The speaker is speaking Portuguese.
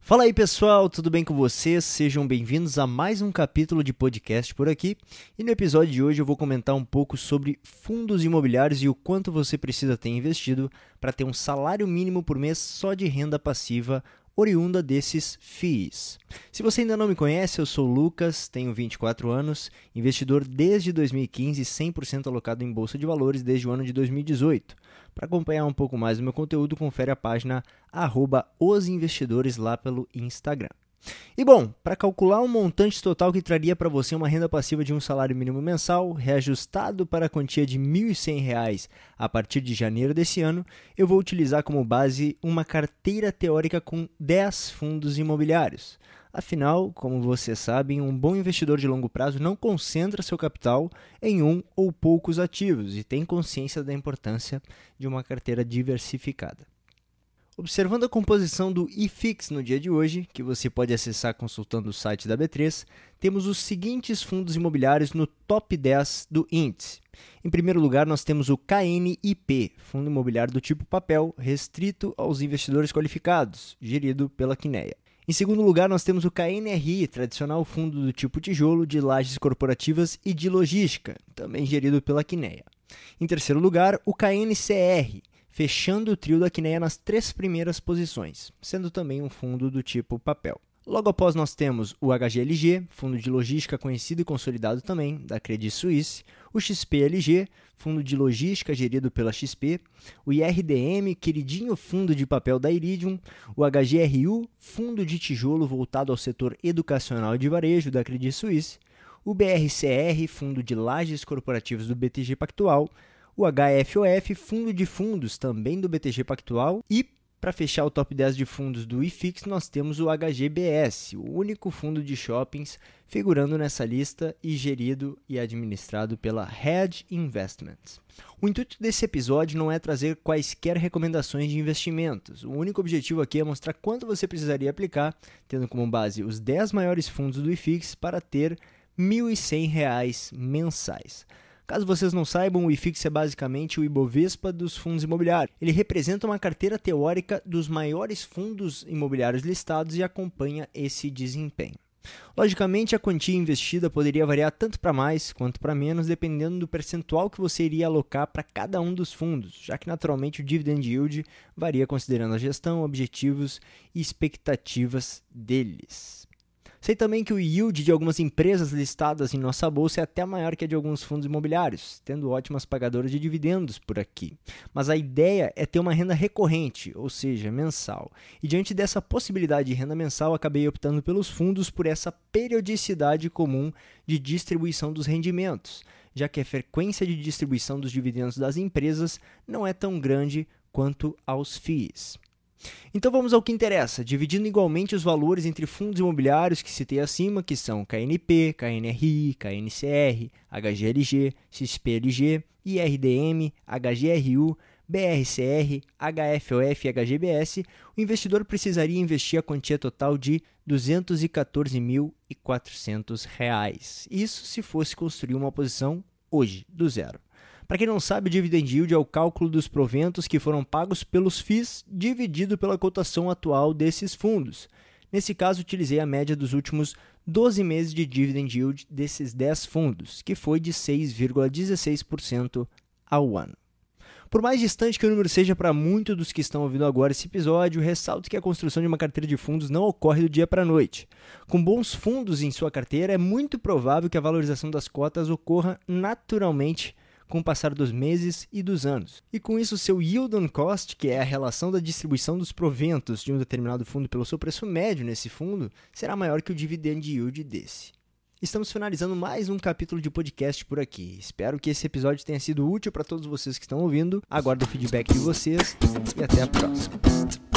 Fala aí pessoal, tudo bem com vocês? Sejam bem-vindos a mais um capítulo de podcast por aqui. E no episódio de hoje eu vou comentar um pouco sobre fundos imobiliários e o quanto você precisa ter investido para ter um salário mínimo por mês só de renda passiva oriunda desses FIIs. Se você ainda não me conhece, eu sou o Lucas, tenho 24 anos, investidor desde 2015 e 100% alocado em bolsa de valores desde o ano de 2018. Para acompanhar um pouco mais do meu conteúdo, confere a página @osinvestidores lá pelo Instagram. E bom, para calcular um montante total que traria para você uma renda passiva de um salário mínimo mensal, reajustado para a quantia de R$ 1.100 a partir de janeiro desse ano, eu vou utilizar como base uma carteira teórica com 10 fundos imobiliários. Afinal, como vocês sabem, um bom investidor de longo prazo não concentra seu capital em um ou poucos ativos e tem consciência da importância de uma carteira diversificada. Observando a composição do IFIX no dia de hoje, que você pode acessar consultando o site da B3, temos os seguintes fundos imobiliários no top 10 do índice. Em primeiro lugar, nós temos o KNIP, fundo imobiliário do tipo papel, restrito aos investidores qualificados, gerido pela Quineia. Em segundo lugar, nós temos o KNRI, tradicional fundo do tipo tijolo, de lajes corporativas e de logística, também gerido pela Quineia. Em terceiro lugar, o KNCR, fechando o trio da Quineia nas 3 primeiras posições, sendo também um fundo do tipo papel. Logo após nós temos o HGLG, fundo de logística conhecido e consolidado também, da Credit Suisse, o XPLG, fundo de logística gerido pela XP, o IRDM, queridinho fundo de papel da Iridium, o HGRU, fundo de tijolo voltado ao setor educacional e de varejo da Credit Suisse, o BRCR, fundo de lajes corporativas do BTG Pactual, o HFOF, fundo de fundos também do BTG Pactual e, para fechar o top 10 de fundos do IFIX, nós temos o HGBS, o único fundo de shoppings figurando nessa lista e gerido e administrado pela Hedge Investments. O intuito desse episódio não é trazer quaisquer recomendações de investimentos. O único objetivo aqui é mostrar quanto você precisaria aplicar, tendo como base os 10 maiores fundos do IFIX para ter R$ 1.100 mensais. Caso vocês não saibam, o IFIX é basicamente o Ibovespa dos fundos imobiliários. Ele representa uma carteira teórica dos maiores fundos imobiliários listados e acompanha esse desempenho. Logicamente, a quantia investida poderia variar tanto para mais quanto para menos, dependendo do percentual que você iria alocar para cada um dos fundos, já que naturalmente o dividend yield varia considerando a gestão, objetivos e expectativas deles. Sei também que o yield de algumas empresas listadas em nossa bolsa é até maior que a de alguns fundos imobiliários, tendo ótimas pagadoras de dividendos por aqui. Mas a ideia é ter uma renda recorrente, ou seja, mensal. E diante dessa possibilidade de renda mensal, acabei optando pelos fundos por essa periodicidade comum de distribuição dos rendimentos, já que a frequência de distribuição dos dividendos das empresas não é tão grande quanto aos FIIs. Então vamos ao que interessa, dividindo igualmente os valores entre fundos imobiliários que citei acima, que são KNP, KNRI, KNCR, HGLG, XPLG, IRDM, HGRU, BRCR, HFOF e HGBS, o investidor precisaria investir a quantia total de R$ 214.400. Isso se fosse construir uma posição hoje, do zero. Para quem não sabe, o dividend yield é o cálculo dos proventos que foram pagos pelos FIIs dividido pela cotação atual desses fundos. Nesse caso, utilizei a média dos últimos 12 meses de dividend yield desses 10 fundos, que foi de 6,16% ao ano. Por mais distante que o número seja para muitos dos que estão ouvindo agora esse episódio, ressalto que a construção de uma carteira de fundos não ocorre do dia para a noite. Com bons fundos em sua carteira, é muito provável que a valorização das cotas ocorra naturalmente com o passar dos meses e dos anos. E com isso, seu yield on cost, que é a relação da distribuição dos proventos de um determinado fundo pelo seu preço médio nesse fundo, será maior que o dividend yield desse. Estamos finalizando mais um capítulo de podcast por aqui. Espero que esse episódio tenha sido útil para todos vocês que estão ouvindo. Aguardo o feedback de vocês e até a próxima.